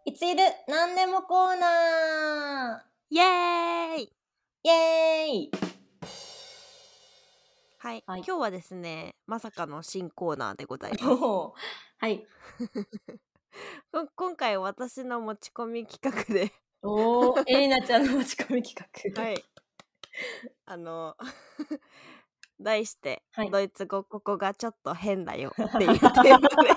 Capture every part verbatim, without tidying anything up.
いついるなんでもコーナイエーイーイエーイはい、 はい。 今日はですね、まさかの新コーナーでございます。 おーはい。 こ今回私の持ち込み企画でおー、エリナちゃんの持ち込み企画。 はい。あの題してはい。 ドイツ語ここがちょっと変だよっていうテーマで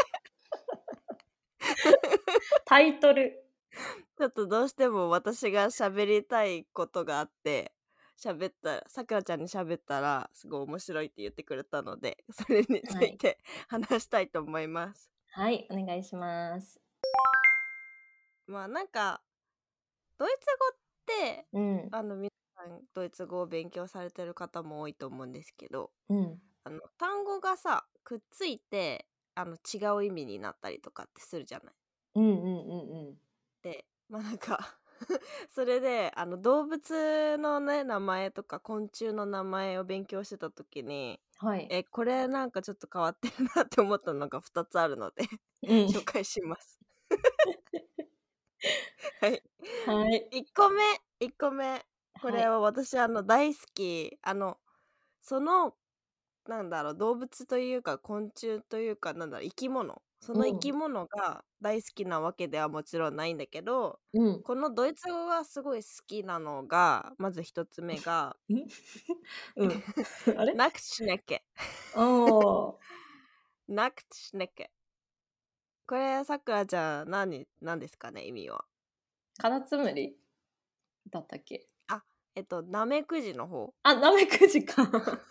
タイトル。 ちょっとどうしても私が喋りたいことがあって喋ったさくらちゃんに喋ったらすごい面白いって言ってくれたのでそれについて話したいと思います。 はい、お願いします。 まあなんかドイツ語ってうん。 あの皆さんドイツ語を勉強されてる方も多いと思うんですけど、 うん。 あの単語がさくっついてあの違う意味になったりとかってするじゃない。 うんうんうんうん。 でまあなんかそれであの動物のね名前とか昆虫の名前を勉強してた時にはい。 えこれなんかちょっと変わってるなって思ったのがふたつあるのでうん。 紹介します。はい。 はい。 いっこめいっこめこはい。 れは私あの大好きあのそのなんだろう動物というか昆虫というかなんだろう生き物その生きうん。 物が大好きなわけではもちろんないんだけどうん。 このドイツ語がすごい好きなのがまず一つ目がんうん。あれナクシュネケおー。 ナクシュネケこれさくらちゃん何何ですかね意味は。 カタツムリだったっけ？ あえっとナメクジの方。 あ、ナメクジか。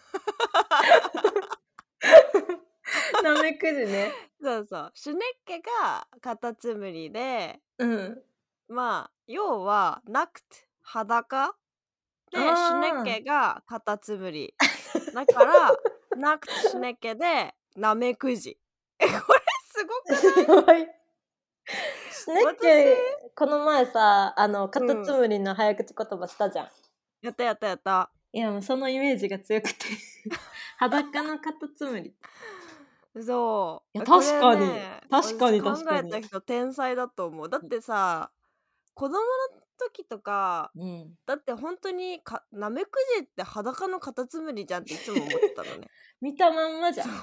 ナメクジね。 そうそうシュネッケがカタツムリでうん。 まあ要はナクト裸でシュネッあケがカタツムリだからナクトシュネッケでナメクジえこれすごあ、 くすごい。シュネッ私ケ、この前さ、あの、カタツうんムリの早口言葉したじゃん。 やったやったやったいや、もうそのイメージが強くて。裸のカタツムリ。いや、 そうえこれ確かに。 ね確かに私考確かに。 えた人天才だと思うだってさ子供の時とかうん。 だって本当にかナメクジって裸のカタツムリじゃんっていつも思ってたのね見たまんまじゃん。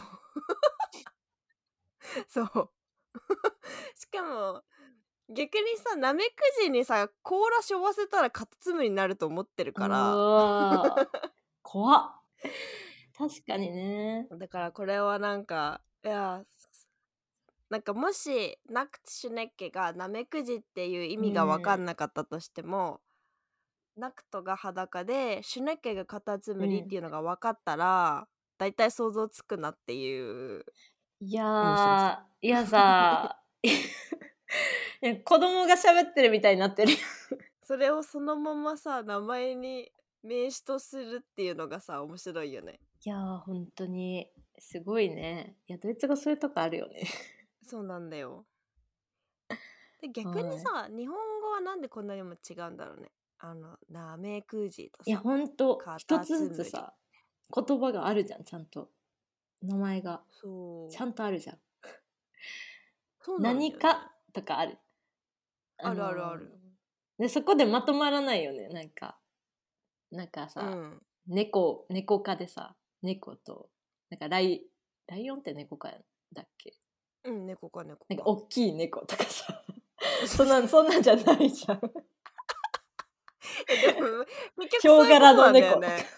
そうそうしかも逆にさナメクジにさ甲羅しょわせたらカタツムリになると思ってるうからわー。怖っ。確かにね。 だからこれはなんかいやなんかもしナクトシュネッケがナメクジっていう意う味が分かんん。 なかったとしてもナクトが裸でシュネッケがカタツムリっうん。 ていうのが分かったらだいたい想像つくなっていうい面白さやー、いやさいや、子供が喋ってるみたいになってるよ。 それをそのままさ名前に名詞とするっていうのがさ面白いよね。 いやー、ほんとに、すごいね。いや、ドイツ語そういうとこあるよね。 そうなんだよ。で逆にはい。 さ日本語はなんでこんなにも違うんだろうね。あのナメクジといや、 さほんと、 カタ一つずツムリつさ、言葉があるじゃん、ちゃんと。名前が。ちそうゃんとあるじゃん。 そうなんだよね。 何かとかある。ああるあるあのる。 ー、で、そこでまとまらないよね。なんか、なんかさ、 うん猫、猫科でさ、猫と、なんかライ、ライオンって猫科だっけ？ うん猫か猫なんか、 か。 大きい猫とかさ。そんなん、そんなんじゃないじゃん。 えでも結局ヒョウ柄そういうことなんだよの猫とか。 ね。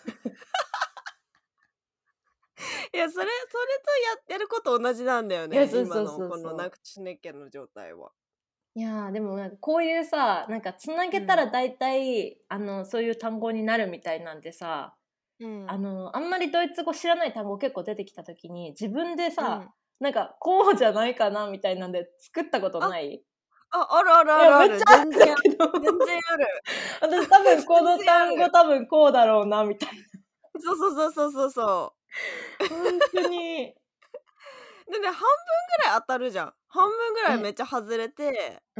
いやそれそれとやってること同じなんだよいや、 ねそうそう今のこそうそう。 のナクチネッケの状態は。 いやー、でもなんかこういうさ、なんかつなげたうんら大体、あの、そういう単語になるみたいなんでさ、 うんあの、あんまりドイツ語知らない単語結構出てきた時に、自分でさ、 うん。 なんかこうじゃないかなみたいなんで作ったことあない？ ああるあるいや、 あるあるめっちゃあるん全然あるだけど。 全然ある私多分この全然あ単語る。 多分こうだろうなみたいそうそうそうそうそうそな。ほんとに。 う。でね半分ぐらい当たるじゃん。半分ぐらいめえ、 っちゃ外れてうん。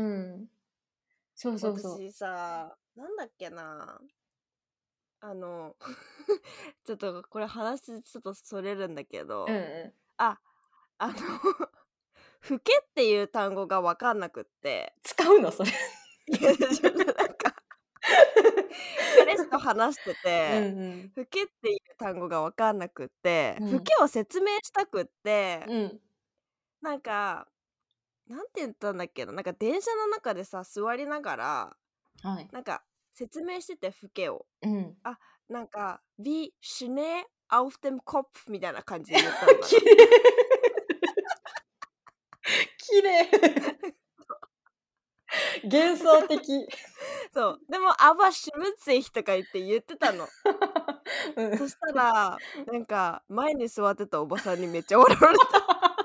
そうそうそう。 私さなんだっけなあのちょっとこれ話ちょっとそれるんだけどうんうん。 ああのふけっていう単語が分かんなくって使うのそれ。 いやちょっとなんか彼氏と話してうんてうんふけっていう単語が分かんなくってうんふけを説明したくってうんなんかなんて言ったんだっけななんか電車の中でさ座りながらはいなんか説明しててふけをうんあなんか wie Schnee auf dem Kopf みたいな感じで言ったのか綺な麗綺麗幻想的そうでもアバシュムツイヒとか言って言ってたのうんそしたらなんか前に座ってたおばさんにめっちゃ笑われた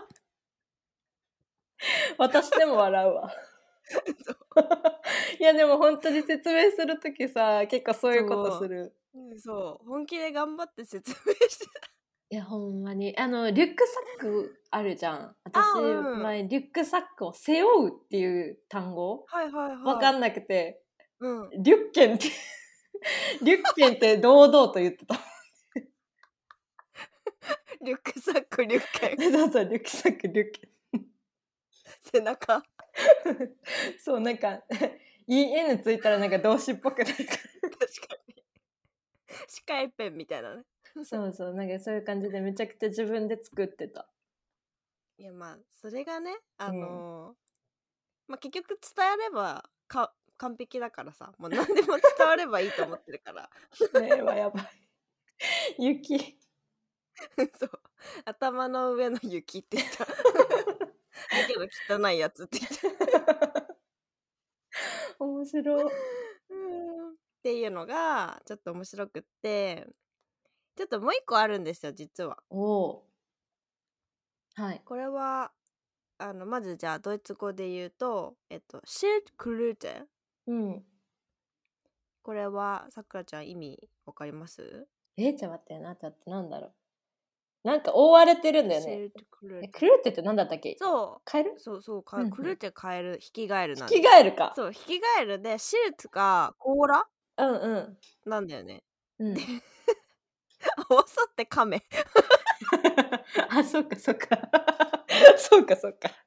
私でも笑うわそういやでも本当に説明するときさ結構そういうことするうんそう本気で頑張って説明してたいやほんまにあのリュックサックあるじゃん私、 あうん前リュックサックを背負うっていう単語はいはいはいわかんなくてうんリュッケンってリュッケンって堂々と言ってたリュックサックリュッケンそうそうリュックサックリュッケ背中ンそうなんか イーエヌ ついたらなんか動詞っぽくないか確かに視界ペンみたいなねらそうそうなんかそういう感じでめちゃくちゃ自分で作ってたいやまあそれがねあのーまあ結局伝えればか完璧だからさもう何でも伝わればいいと思ってるからねえはやばい雪そう頭の上の雪って言っただけど汚いやつって言った面白いうんっていうのがちょっと面白くってちょっともう一個あるんですよ実はおおはいこれはあのまずじゃあドイツ語で言うとえっとシルクルーテうんこれはさくらちゃん意味わかりますえちょっと待ってなちょっとなんだろうなんか覆われてるんだよねシルクルーテえクルーテって何だったっけそうカエルそうそうか、 うんうんクルーテ変えるヒキガエルヒなんですキガエルかそうヒキガエルでシルツが甲羅うんうんなんだよねうん合わさってカメあそっかそっかそうかそうか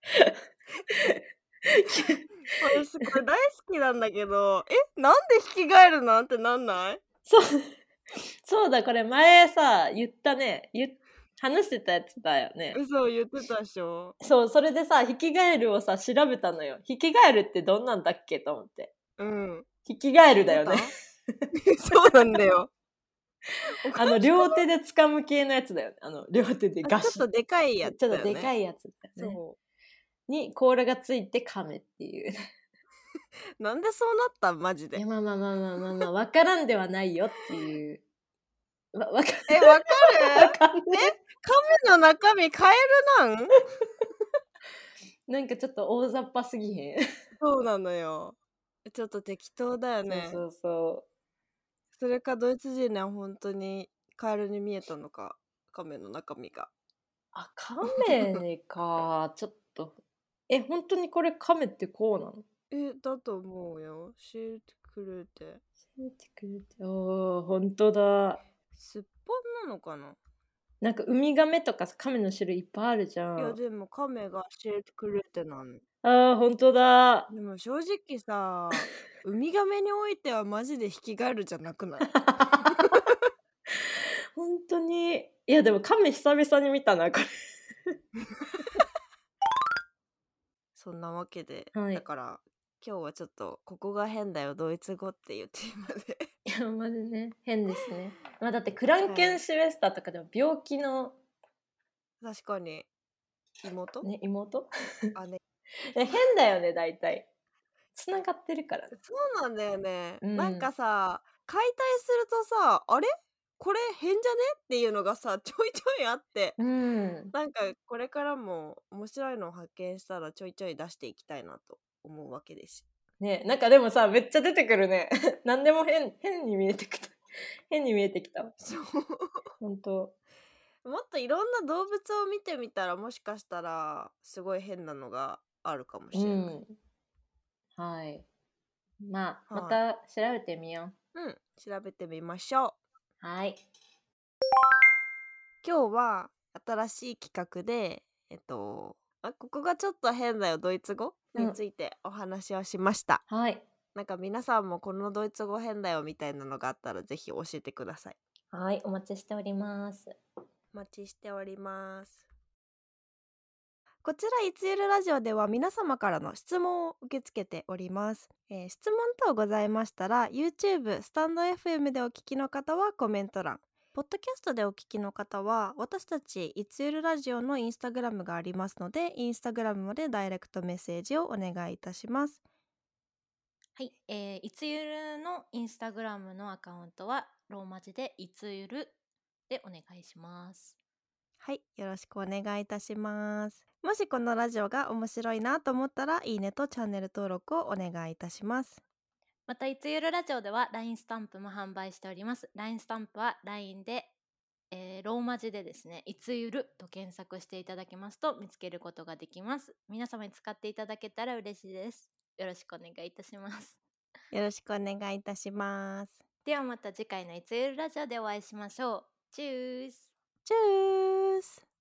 私これ大好きなんだけどえなんでヒキガエルなんてなんないそうそうだこれ前さ言ったね言話してたやつだよね嘘言ってたでしょそうそれでさヒキガエルをさ調べたのよヒキガエルってどんなんだっけと思ってうんヒキガエルだよね出たそうなんだよあの両手で掴む系のやつだよねあの両手でガシッちょっとでかいやつちょだよねっとでかいやつだよねそに甲羅がついてカメっていううなんでそうなったんマジでいやまあまあまあまあまあまあ分からんではないよっていうわわかえわかわるかんねカメの中身カエルなんなんかちょっと大雑把すぎへんそうなのよちょっと適当だよそうねそうそそれかドイツ人には本当にカエルに見えたのかカメの中身がうあカメかちょっとえ本当にこれカメってこうなのえだと思うよシールてくれて教えてくれておー本当だすっぽんなのかななんかウミガメとかさカメの種類いっぱいあるじゃいやんでもカメがシールてくれてなのあー本当だでも正直さウミガメにおいてはマジでヒキガエルじゃなくない本当にいやでもカメ久々に見たなこれそんなわけで、 はいだから今日はちょっとここが変だよドイツ語っていうテーマでいやまずね変ですねまあだってクランケンシュウェスターとかでも病気の確かに妹、 ね妹姉いや変だよね大体つながってるからねそうなんだよね、 うんなんかさ解体するとさあれこれ変じゃねっていうのがさちょいちょいあってうんなんかこれからも面白いのを発見したらちょいちょい出していきたいなと思うわけですねなんかでもさめっちゃ出てくるね何でも変変に見えてきた変に見えてきたわそう本当もっといろんな動物を見てみたらもしかしたらすごい変なのがあるかもしうれない、 んはいまあ、 はいまた調べてみようん、調べてみましょう。 うはい今日は新しい企画で、えっと、 あ、ここがちょっと変だよドイツ語についてお話をしました。 はい。 なんか皆さんもこのドイツ語変だよみたいなのがあったらぜひ教えてください。 はい、お待ちしております。 お待ちしております。こちらいつゆるラジオでは皆様からの質問を受け付けております。えー質問等ございましたら YouTube、スタンド エフエム でお聞きの方はコメント欄、ポッドキャストでお聞きの方は私たちいつゆるラジオのインスタグラムがありますのでインスタグラムまでダイレクトメッセージをお願いいたします。 はい、えー、いつゆるのインスタグラムのアカウントはローマ字でいつゆるでお願いします。 はい、よろしくお願いいたします。もしこのラジオが面白いなと思ったらいいねとチャンネル登録をお願いいたします。 またいつゆるラジオでは ライン スタンプも販売しております。 ライン スタンプは ライン で、えーローマ字でですね、いつゆると検索していただきますと見つけることができます。皆様に使っていただけたら嬉しいです。よろしくお願いいたします。 よろしくお願いいたします。 ではまた次回のいつゆるラジオでお会いしましょう。チュース。 チュース。